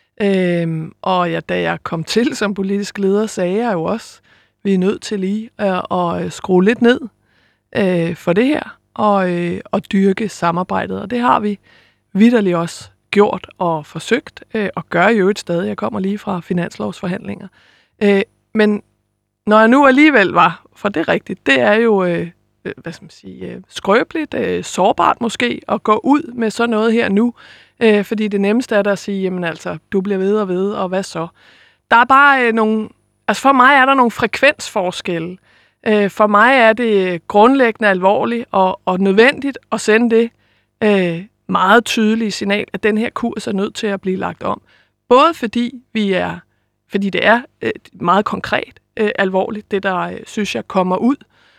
Og ja, da jeg kom til som politisk leder, sagde jeg jo også, vi er nødt til lige at skrue lidt ned for det her, og dyrke samarbejdet. Og det har vi vitterligt også gjort og forsøgt, og gør jo et sted. Jeg kommer lige fra finanslovsforhandlinger. Men når jeg nu alligevel var, for det er rigtigt, det er jo, hvad skal man sige, skrøbeligt, sårbart måske, at gå ud med sådan noget her nu, fordi det nemmeste er der at sige, jamen altså, du bliver ved og ved, og hvad så? Der er bare nogle, altså for mig er der nogle frekvensforskelle. For mig er det grundlæggende alvorligt og nødvendigt at sende det meget tydelige signal, at den her kurs er nødt til at blive lagt om. Både fordi det er meget konkret alvorligt, det der, synes jeg, kommer ud,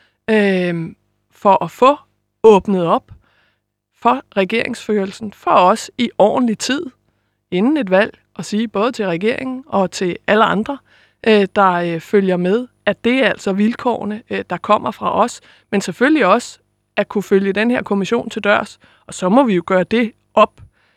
for at få åbnet op for regeringsførelsen, for os i ordentlig tid, inden et valg, og sige både til regeringen og til alle andre, der følger med, at det er altså vilkårene, der kommer fra os, men selvfølgelig også at kunne følge den her kommission til dørs, og så må vi jo gøre det op.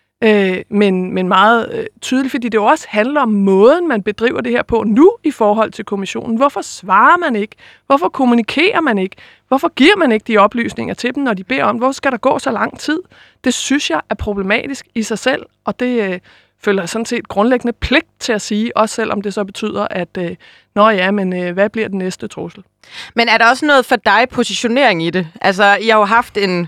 Men meget tydeligt, fordi det jo også handler om måden, man bedriver det her på nu i forhold til kommissionen. Hvorfor svarer man ikke? Hvorfor kommunikerer man ikke? Hvorfor giver man ikke de oplysninger til dem, når de beder om? Hvorfor skal der gå så lang tid? Det synes jeg er problematisk i sig selv, og det føler jeg sådan set grundlæggende pligt til at sige, også selvom det så betyder, at hvad bliver den næste trussel? Men er der også noget for dig positionering i det? Altså, jeg har jo haft en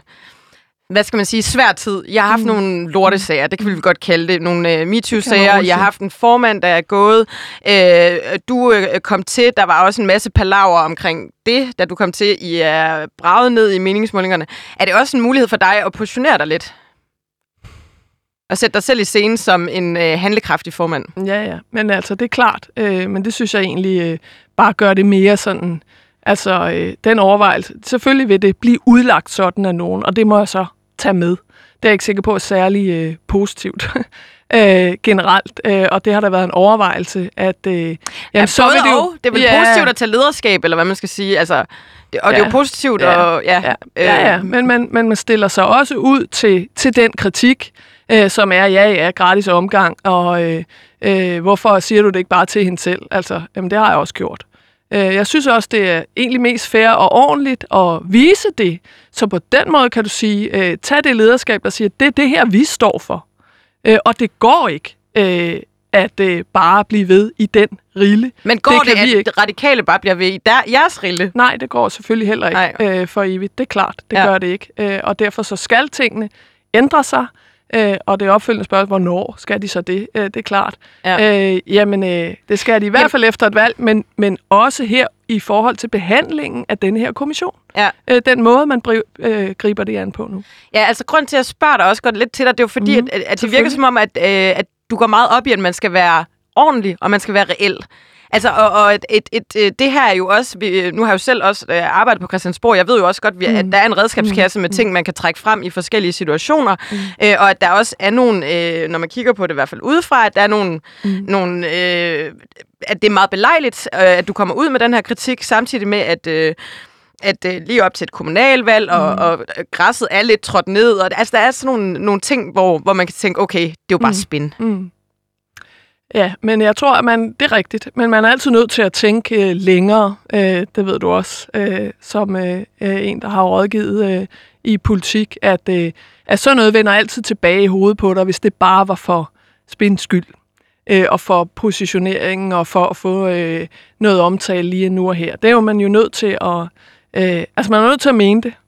svær tid. Jeg har haft nogle lortesager, det kan vi godt kalde det, nogle MeToo-sager. Jeg har haft en formand, der er gået. Du kom til, der var også en masse palaver omkring det, da du kom til, I er braget ned i meningsmålingerne. Er det også en mulighed for dig at positionere dig lidt? Og sætte dig selv i scenen som en handlekraftig formand? Ja, men altså, det er klart. Men det synes jeg egentlig bare gør det mere sådan. Altså, den overvejelse. Selvfølgelig vil det blive udlagt sådan af nogen, og det må jeg så tage med. Det er jeg ikke sikker på er særlig positivt generelt, og det har der været en overvejelse, at så vil det jo... Det er vel positivt at tage lederskab, eller hvad man skal sige, altså... Det er jo positivt, men man stiller sig også ud til den kritik, som er, gratis omgang, og hvorfor siger du det ikke bare til hende selv? Altså, jamen, det har jeg også gjort. Jeg synes også, det er egentlig mest fair og ordentligt at vise det. Så på den måde kan du sige, tag det lederskab, der siger, det er det her, vi står for. Og det går ikke at bare blive ved i den rille. Men går det at radikale bare bliver ved i jeres rille? Nej, det går selvfølgelig heller ikke for evigt. Det er klart, det gør det ikke. Og derfor så skal tingene ændre sig. Og det opfølgende spørgsmål, hvornår skal de så det? Det er klart. Ja. Det skal de i hvert fald efter et valg, men også her i forhold til behandlingen af denne her kommission. Ja. Den måde, man griber det an på nu. Ja, altså grund til at spørge dig også godt lidt til dig, det er jo fordi, at det virker som om, at du går meget op i, at man skal være ordentlig, og man skal være reel. Altså, det her er jo også, nu har jeg jo selv også arbejdet på Christiansborg, jeg ved jo også godt, at der er en redskabskasse med ting, man kan trække frem i forskellige situationer, og at der også er nogle, når man kigger på det i hvert fald udefra, at der er nogle at det er meget belejligt, at du kommer ud med den her kritik, samtidig med, at lige op til et kommunalvalg, og græsset er lidt trådt ned, og altså, der er sådan nogle ting, hvor man kan tænke, okay, det er jo bare spin. Ja, men jeg tror, at det er rigtigt. Men man er altid nødt til at tænke længere. Det ved du også, som en, der har rådgivet i politik, at sådan noget vender altid tilbage i hovedet på dig, hvis det bare var for spins skyld. Og for positioneringen, og for at få noget omtale lige nu og her. Det er jo man jo nødt til at... man er nødt til at mene det.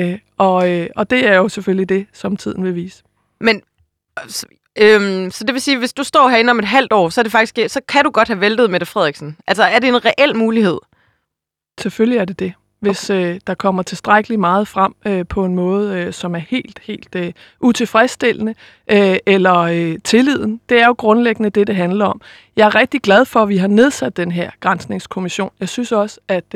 Og det er jo selvfølgelig det, som tiden vil vise. Men... så det vil sige, hvis du står herinde om et halvt år, så er det faktisk, så kan du godt have væltet Mette Frederiksen. Altså, er det en reel mulighed? Selvfølgelig er det det. Hvis der kommer tilstrækkeligt meget frem på en måde, som er helt utilfredsstillende, eller tilliden. Det er jo grundlæggende det handler om. Jeg er rigtig glad for, at vi har nedsat den her granskningskommission. Jeg synes også, at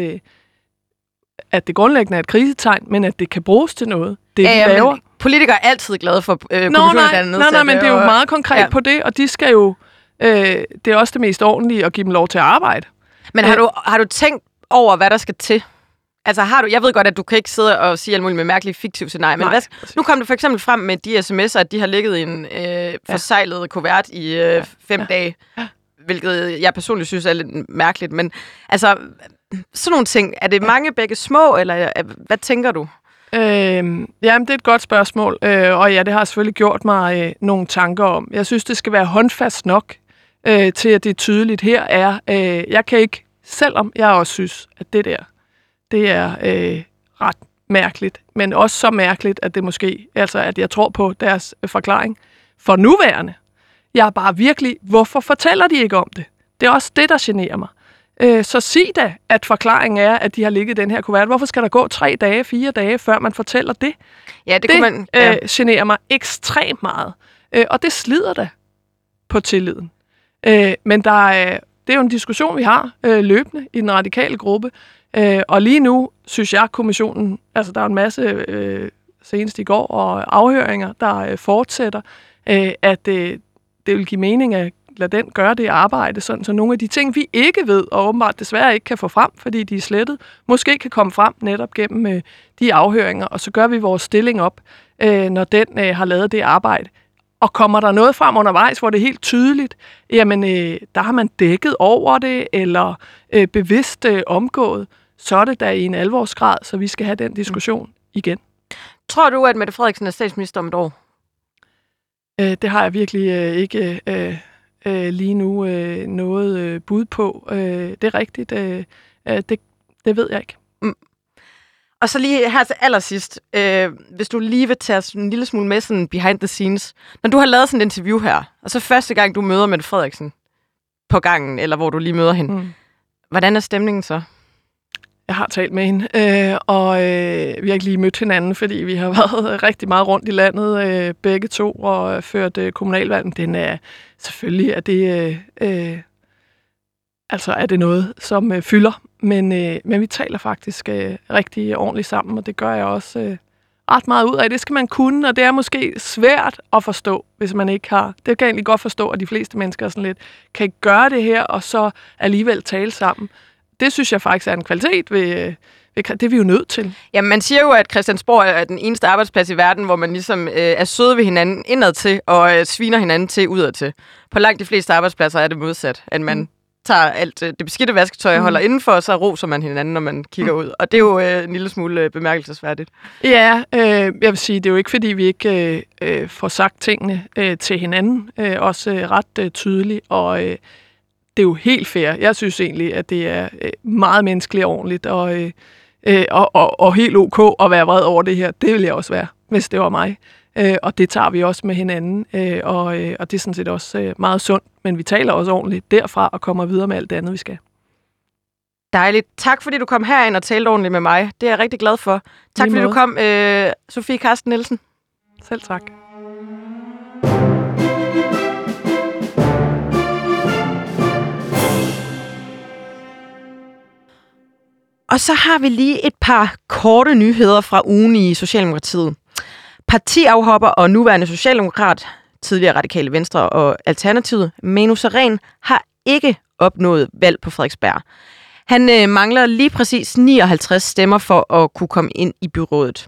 det grundlæggende er et krisetegn, men at det kan bruges til noget. Det vi laver. Politikere er altid glade for kommissioner, der er nedsat. Nej, men det er jo meget konkret på det, og de skal jo... det er også det mest ordentlige at give dem lov til at arbejde. Men har du tænkt over, hvad der skal til? Altså jeg ved godt, at du kan ikke sidde og sige alt muligt med mærkelige fiktive scenarier, men nu kom det for eksempel frem med de sms'er, at de har ligget i en forsejlet kuvert i 5 dage, hvilket jeg personligt synes er lidt mærkeligt. Men altså, sådan nogle ting, er det mange begge små, eller hvad tænker du? Jamen, det er et godt spørgsmål, og ja, det har selvfølgelig gjort mig nogle tanker om. Jeg synes, det skal være håndfast nok til, at det er tydeligt. Her er, jeg kan ikke, selvom jeg også synes, at det er ret mærkeligt, men også så mærkeligt, at det måske, altså at jeg tror på deres forklaring for nuværende. Jeg er bare virkelig, hvorfor fortæller de ikke om det? Det er også det, der generer mig. Så sig da, at forklaringen er, at de har ligget i den her kuvert. Hvorfor skal der gå 3 dage, 4 dage, før man fortæller det? Ja, det kunne man... generer mig ekstremt meget. Og det slider da på tilliden. Men det er jo en diskussion, vi har løbende i den radikale gruppe. Og lige nu synes jeg, kommissionen... Altså, der er en masse senest i går og afhøringer, der fortsætter, at det vil give mening at lad den gøre det arbejde, sådan, så nogle af de ting, vi ikke ved, og åbenbart desværre ikke kan få frem, fordi de er slettet, måske kan komme frem netop gennem de afhøringer, og så gør vi vores stilling op, når den har lavet det arbejde. Og kommer der noget frem undervejs, hvor det er helt tydeligt, jamen, der har man dækket over det, eller bevidst omgået, så er det da i en alvorsgrad, så vi skal have den diskussion igen. Tror du, at Mette Frederiksen er statsminister om et år? Det har jeg virkelig ikke... lige nu noget bud på. Det er rigtigt. Det ved jeg ikke. Og så lige her til allersidst, hvis du lige vil tage en lille smule med sådan behind the scenes. Når du har lavet sådan et interview her, og så første gang du møder Mette Frederiksen på gangen, eller hvor du lige møder hende, hvordan er stemningen så? Jeg har talt med hende, og vi har ikke lige mødt hinanden, fordi vi har været rigtig meget rundt i landet, begge to, og ført kommunalvalg. Den er selvfølgelig, er det noget, som fylder, men vi taler faktisk rigtig ordentligt sammen, og det gør jeg også ret meget ud af. Det skal man kunne, og det er måske svært at forstå, hvis man ikke har... Det kan jeg egentlig godt forstå, at de fleste mennesker sådan lidt kan ikke gøre det her, og så alligevel tale sammen. Det synes jeg faktisk er en kvalitet ved det er vi jo nødt til. Jamen, man siger jo, at Christiansborg er den eneste arbejdsplads i verden, hvor man ligesom er søde ved hinanden indad til, og sviner hinanden til udad til. På langt de fleste arbejdspladser er det modsat, at man tager alt det beskidte vasketøj og holder indenfor, og så roser man hinanden, når man kigger ud. Og det er jo en lille smule bemærkelsesværdigt. Ja, jeg vil sige, det er jo ikke, fordi vi ikke får sagt tingene til hinanden. Også ret tydeligt, og det er jo helt fair. Jeg synes egentlig, at det er meget menneskeligt og ordentligt, og helt ok at være vred over det her. Det ville jeg også være, hvis det var mig. Og det tager vi også med hinanden, og det er sådan set også meget sundt. Men vi taler også ordentligt derfra og kommer videre med alt det andet, vi skal. Dejligt. Tak, fordi du kom herind og talte ordentligt med mig. Det er jeg rigtig glad for. Tak, fordi du kom, Sofie Carsten Nielsen. Selv tak. Og så har vi lige et par korte nyheder fra ugen i Socialdemokratiet. Partiafhopper og nuværende socialdemokrat, tidligere Radikale Venstre og Alternativet, Manu Sareen, har ikke opnået valg på Frederiksberg. Han mangler lige præcis 59 stemmer for at kunne komme ind i byrådet.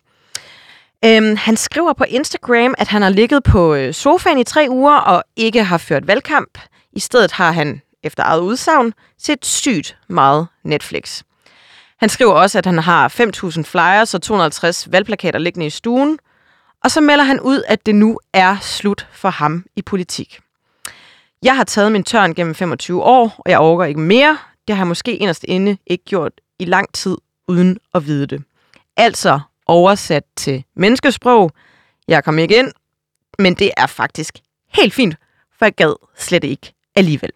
Han skriver på Instagram, at han har ligget på sofaen i 3 uger og ikke har ført valgkamp. I stedet har han, efter eget udsagn, set sygt meget Netflix. Han skriver også, at han har 5.000 flyers og 250 valgplakater liggende i stuen. Og så melder han ud, at det nu er slut for ham i politik. Jeg har taget min tørn gennem 25 år, og jeg orker ikke mere. Det har jeg måske inderst inde ikke gjort i lang tid, uden at vide det. Altså oversat til menneskesprog. Jeg kom ikke ind, men det er faktisk helt fint, for jeg gad slet ikke alligevel.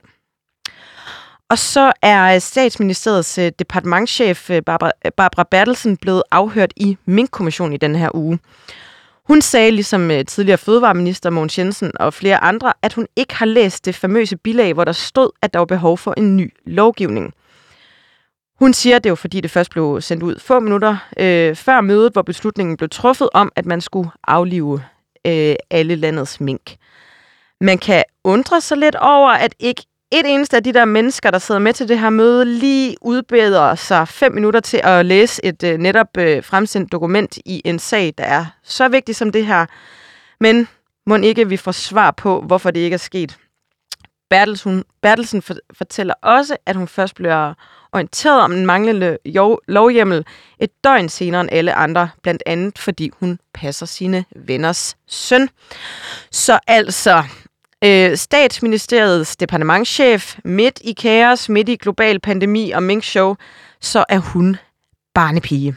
Og så er Statsministeriets departementschef Barbara Bertelsen blevet afhørt i Minkkommissionen i den her uge. Hun sagde, ligesom tidligere fødevareminister Mogens Jensen og flere andre, at hun ikke har læst det famøse bilag, hvor der stod, at der var behov for en ny lovgivning. Hun siger, at det var fordi, det først blev sendt ud få minutter før mødet, hvor beslutningen blev truffet om, at man skulle aflive alle landets mink. Man kan undre sig lidt over, at ikke et eneste af de der mennesker, der sidder med til det her møde, lige udbeder sig 5 minutter til at læse et netop fremsendt dokument i en sag, der er så vigtig som det her. Men må ikke vi får svar på, hvorfor det ikke er sket. Bertelsen fortæller også, at hun først bliver orienteret om den manglende lovhjemmel et døgn senere end alle andre, blandt andet fordi hun passer sine venners søn. Så altså Statsministeriets departementschef midt i kaos, midt i global pandemi og minkshow, så er hun barnepige.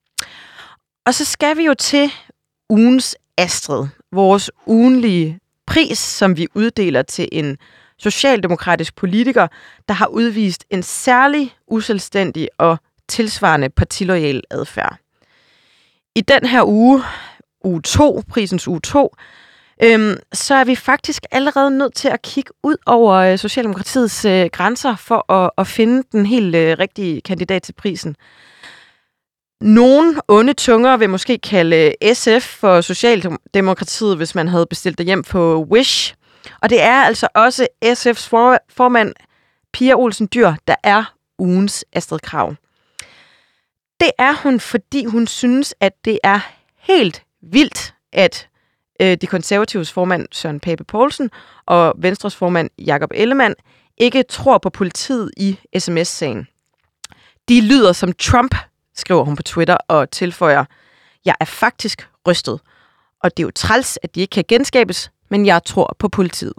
Og så skal vi jo til ugens Astrid, vores ugenlige pris, som vi uddeler til en socialdemokratisk politiker, der har udvist en særlig uselvstændig og tilsvarende partiloyal adfærd. I den her uge 2, prisens uge 2, så er vi faktisk allerede nødt til at kigge ud over Socialdemokratiets grænser for at finde den helt rigtige kandidat til prisen. Nogle onde tunger vil måske kalde SF for Socialdemokratiet, hvis man havde bestilt det hjem på Wish. Og det er altså også SF's formand, Pia Olsen Dyhr, der er ugens Astrid Krag. Det er hun, fordi hun synes, at det er helt vildt, at de konservatives formand Søren Pape Poulsen og Venstres formand Jakob Ellemann ikke tror på politiet i sms-sagen. De lyder som Trump, skriver hun på Twitter og tilføjer, jeg er faktisk rystet. Og det er jo træls, at de ikke kan genskabes, men jeg tror på politiet.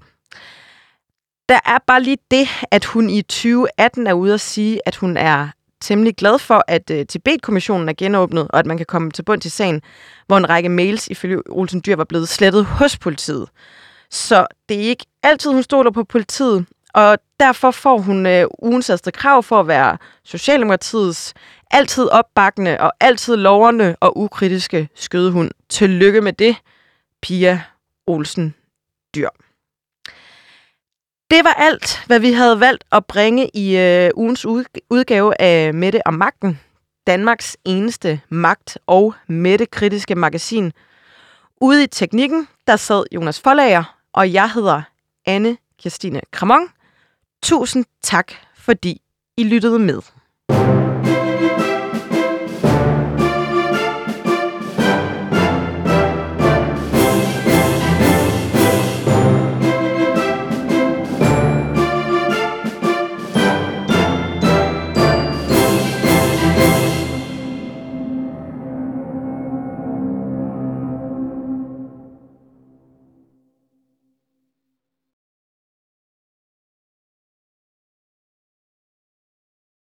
Der er bare lige det, at hun i 2018 er ude at sige, at hun er temmelig glad for, at Tibet-kommissionen er genåbnet, og at man kan komme til bund til sagen, hvor en række mails ifølge Olsen Dyhr var blevet slettet hos politiet. Så det er ikke altid, hun stoler på politiet, og derfor får hun ugens Astrid Krag for at være Socialdemokratiets altid opbakkende og altid lovende og ukritiske skødehund. Tillykke med det, Pia Olsen Dyhr. Det var alt, hvad vi havde valgt at bringe i ugens udgave af Mette og Magten. Danmarks eneste magt- og Mette-kritiske magasin. Ude i teknikken, der sad Jonas Forlager, og jeg hedder Anne Kirstine Kramon. Tusind tak, fordi I lyttede med.